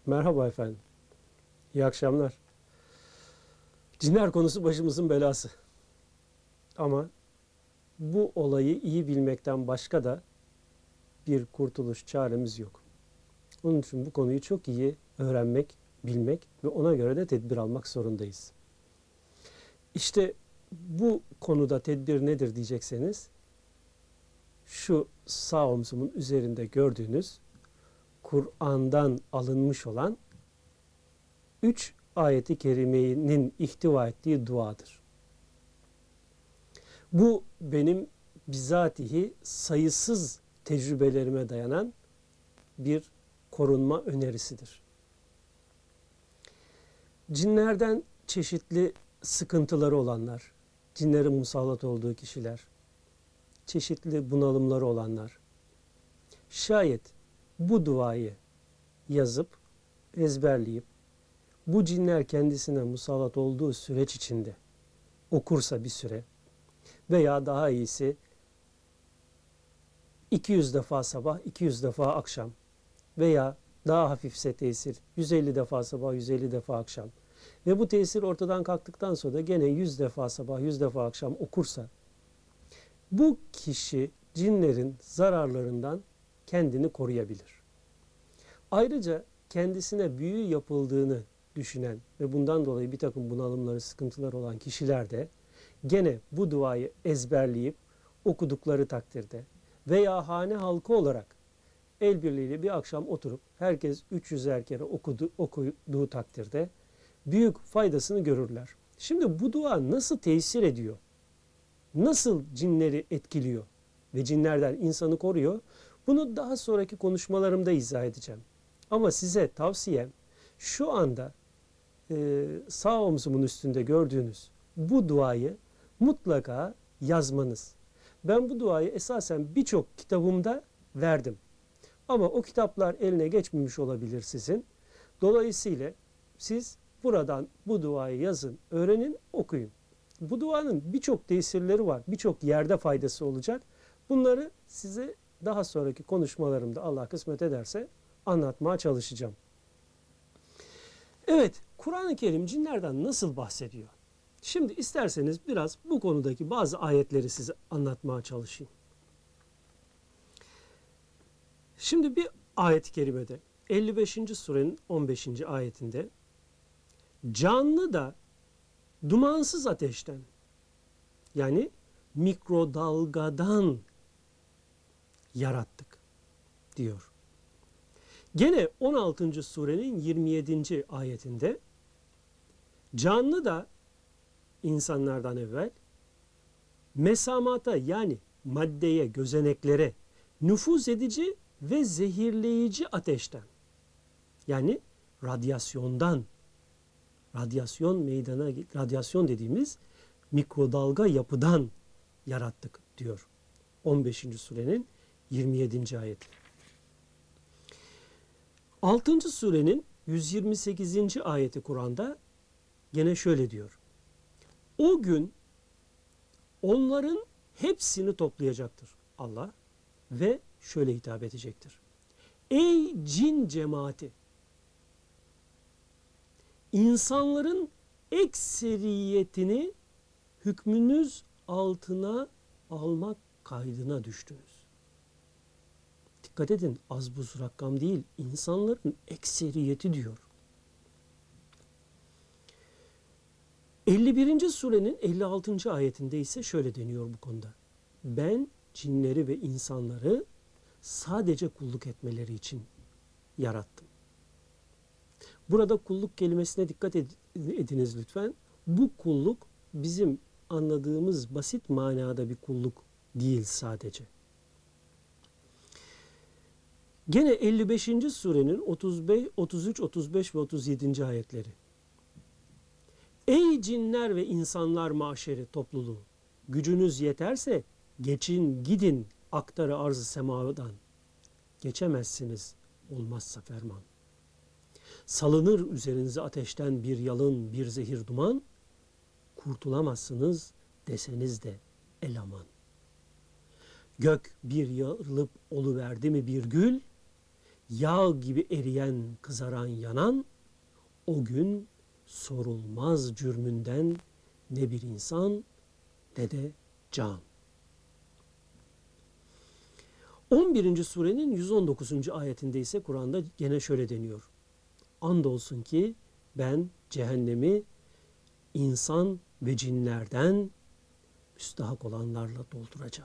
Merhaba efendim. İyi akşamlar. Cinler konusu başımızın belası. Ama bu olayı iyi bilmekten başka da bir kurtuluş çaremiz yok. Onun için bu konuyu çok iyi öğrenmek, bilmek ve ona göre de tedbir almak zorundayız. İşte bu konuda tedbir nedir diyecekseniz, şu sağ omzumun üzerinde gördüğünüz Kur'an'dan alınmış olan 3 ayeti kerimenin ihtiva ettiği duadır. Bu benim bizatihi sayısız tecrübelerime dayanan bir korunma önerisidir. Cinlerden çeşitli sıkıntıları olanlar, cinlerin musallat olduğu kişiler, çeşitli bunalımları olanlar, şayet bu duayı yazıp, ezberleyip, bu cinler kendisine musallat olduğu süreç içinde okursa bir süre veya daha iyisi 200 defa sabah, 200 defa akşam veya daha hafifse tesir 150 defa sabah, 150 defa akşam ve bu tesir ortadan kalktıktan sonra da gene 100 defa sabah, 100 defa akşam okursa bu kişi cinlerin zararlarından kendini koruyabilir. Ayrıca kendisine büyü yapıldığını düşünen ve bundan dolayı bir takım bunalımları, sıkıntılar olan kişiler de gene bu duayı ezberleyip okudukları takdirde veya hane halkı olarak el birliğiyle bir akşam oturup herkes 300'er kere okuduğu takdirde büyük faydasını görürler. Şimdi bu dua nasıl tesir ediyor? Nasıl cinleri etkiliyor ve cinlerden insanı koruyor? Bunu daha sonraki konuşmalarımda izah edeceğim. Ama size tavsiyem şu anda sağ omzumun üstünde gördüğünüz bu duayı mutlaka yazmanız. Ben bu duayı esasen birçok kitabımda verdim. Ama o kitaplar eline geçmemiş olabilir sizin. Dolayısıyla siz buradan bu duayı yazın, öğrenin, okuyun. Bu duanın birçok tesirleri var, birçok yerde faydası olacak. Bunları size daha sonraki konuşmalarımda Allah kısmet ederse anlatmaya çalışacağım. Evet, Kur'an-ı Kerim cinlerden nasıl bahsediyor? Şimdi isterseniz biraz bu konudaki bazı ayetleri size anlatmaya çalışayım. Şimdi bir ayet-i kerimede 55. surenin 15. ayetinde canlı da dumansız ateşten yani mikrodalgadan yarattık diyor. Gene 16. surenin 27. ayetinde canlı da insanlardan evvel mesamata yani maddeye, gözeneklere nüfuz edici ve zehirleyici ateşten yani radyasyondan radyasyon dediğimiz mikrodalga yapıdan yarattık diyor. 15. surenin 27. ayeti. 6. surenin 128. ayeti Kur'an'da gene şöyle diyor. O gün onların hepsini toplayacaktır Allah ve şöyle hitap edecektir. Ey cin cemaati! İnsanların ekseriyetini hükmünüz altına almak kaydına düştünüz. Dikkat edin, az buz rakam değil, insanların ekseriyeti diyor. 51. surenin 56. ayetinde ise şöyle deniyor bu konuda. Ben cinleri ve insanları sadece kulluk etmeleri için yarattım. Burada kulluk kelimesine dikkat ediniz lütfen. Bu kulluk bizim anladığımız basit manada bir kulluk değil sadece. Gene 55. surenin 35, 33, 35 ve 37. ayetleri. Ey cinler ve insanlar maşeri topluluğu! Gücünüz yeterse geçin gidin aktarı arz-ı semadan. Geçemezsiniz olmazsa ferman. Salınır üzerinize ateşten bir yalın bir zehir duman. Kurtulamazsınız deseniz de el aman. Gök bir yarılıp oluverdi mi bir gül. yağ gibi eriyen, kızaran, yanan, o gün sorulmaz cürmünden ne bir insan ne de can. 11. surenin 119. ayetinde ise Kur'an'da gene şöyle deniyor. Andolsun ki ben cehennemi insan ve cinlerden müstahak olanlarla dolduracağım.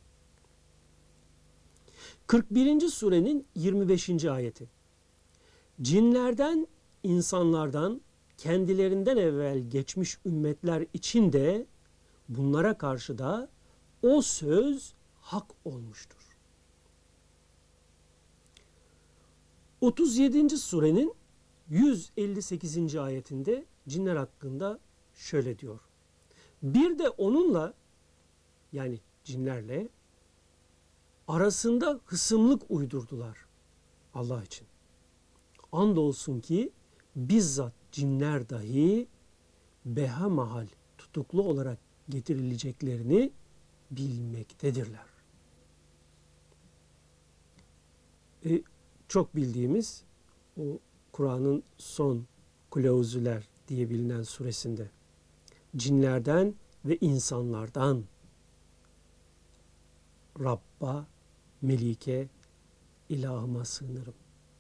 41. surenin 25. ayeti. Cinlerden, insanlardan, kendilerinden evvel geçmiş ümmetler için de bunlara karşı da o söz hak olmuştur. 37. surenin 158. ayetinde cinler hakkında şöyle diyor. Bir de onunla, yani cinlerle arasında hısımlık uydurdular Allah için. Andolsun ki bizzat cinler dahi behamahal tutuklu olarak getirileceklerini bilmektedirler. Çok bildiğimiz o Kur'an'ın son klauzüler diye bilinen suresinde cinlerden ve insanlardan Rabb'a, Melike, ilahıma sığınırım.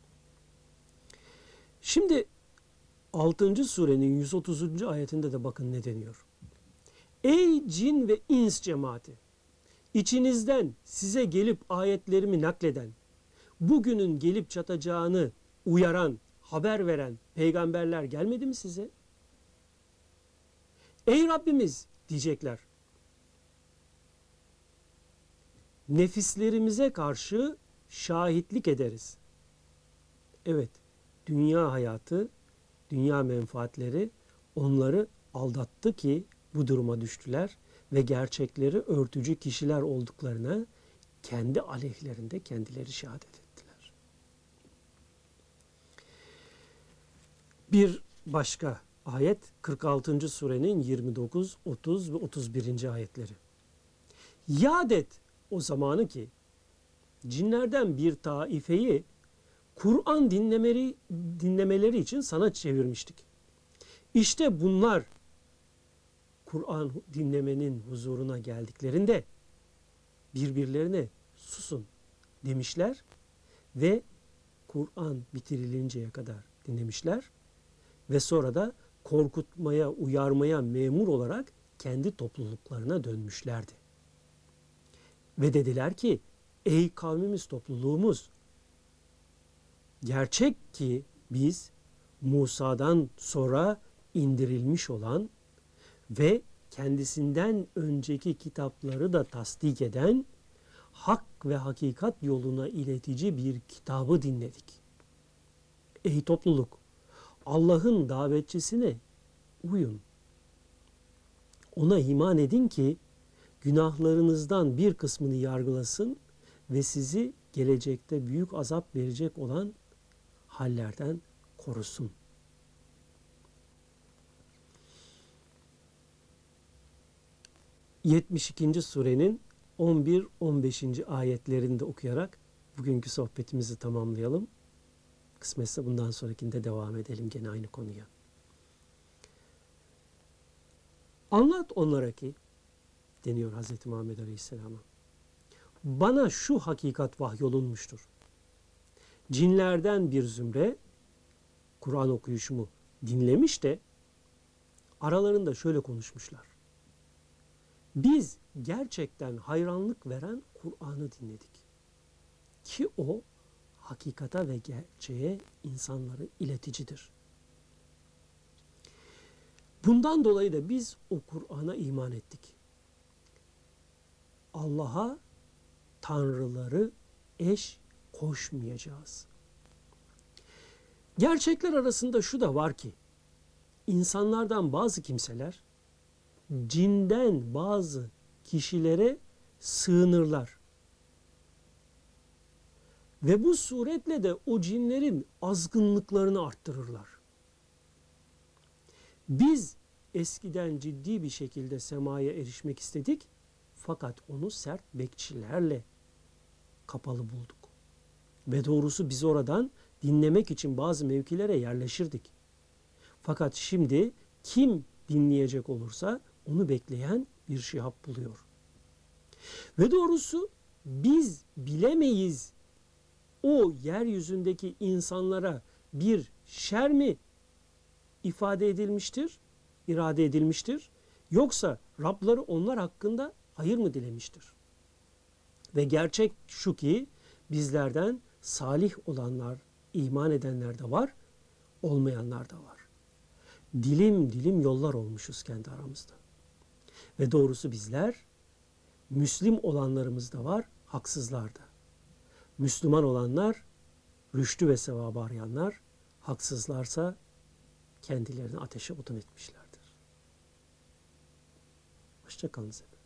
Şimdi 6. surenin 130. ayetinde de bakın ne deniyor. Ey cin ve ins cemaati! İçinizden size gelip ayetlerimi nakleden, bugünün gelip çatacağını uyaran, haber veren peygamberler gelmedi mi size? Ey Rabbimiz diyecekler. Nefislerimize karşı şahitlik ederiz. Evet, dünya hayatı, dünya menfaatleri onları aldattı ki bu duruma düştüler ve gerçekleri örtücü kişiler olduklarına kendi aleyhlerinde kendileri şehadet ettiler. Bir başka ayet 46. surenin 29, 30 ve 31. ayetleri. Yad et o zamanı ki cinlerden bir taifeyi Kur'an dinlemeleri için sana çevirmiştik. İşte bunlar Kur'an dinlemenin huzuruna geldiklerinde birbirlerine susun demişler ve Kur'an bitirilinceye kadar dinlemişler ve sonra da korkutmaya, uyarmaya memur olarak kendi topluluklarına dönmüşlerdi. Ve dediler ki, ey kavmimiz, topluluğumuz, gerçek ki biz Musa'dan sonra indirilmiş olan ve kendisinden önceki kitapları da tasdik eden hak ve hakikat yoluna iletici bir kitabı dinledik. Ey topluluk, Allah'ın davetçisine uyun. Ona iman edin ki günahlarınızdan bir kısmını yargılasın ve sizi gelecekte büyük azap verecek olan hallerden korusun. ...72. surenin 11-15. ayetlerinde okuyarak bugünkü sohbetimizi tamamlayalım. Kısmetse bundan sonrakinde devam edelim gene aynı konuya. Anlat onlara ki, deniyor Hz. Muhammed Aleyhisselam'a, bana şu hakikat vahyolunmuştur. Cinlerden bir zümre Kur'an okuyuşumu dinlemiş de aralarında şöyle konuşmuşlar. Biz gerçekten hayranlık veren Kur'an'ı dinledik. Ki o hakikata ve gerçeğe insanları ileticidir. Bundan dolayı da biz o Kur'an'a iman ettik. Allah'a tanrıları eş koşmayacağız. Gerçekler arasında şu da var ki, insanlardan bazı kimseler cinden bazı kişilere sığınırlar. Ve bu suretle de o cinlerin azgınlıklarını arttırırlar. Biz eskiden ciddi bir şekilde semaya erişmek istedik, fakat onu sert bekçilerle kapalı bulduk. Ve doğrusu biz oradan dinlemek için bazı mevkilere yerleşirdik. Fakat şimdi kim dinleyecek olursa onu bekleyen bir Şihab buluyor. Ve doğrusu biz bilemeyiz, o yeryüzündeki insanlara bir şer mi ifade edilmiştir, irade edilmiştir, yoksa Rabları onlar hakkında hayır mı dilemiştir? Ve gerçek şu ki bizlerden salih olanlar, iman edenler de var, olmayanlar da var. Dilim dilim yollar olmuşuz kendi aramızda. Ve doğrusu bizler, Müslim olanlarımız da var, haksızlar da. Müslüman olanlar, rüştü ve sevabı arayanlar, haksızlarsa kendilerini ateşe odun etmişlerdir. Hoşça kalınız efendim.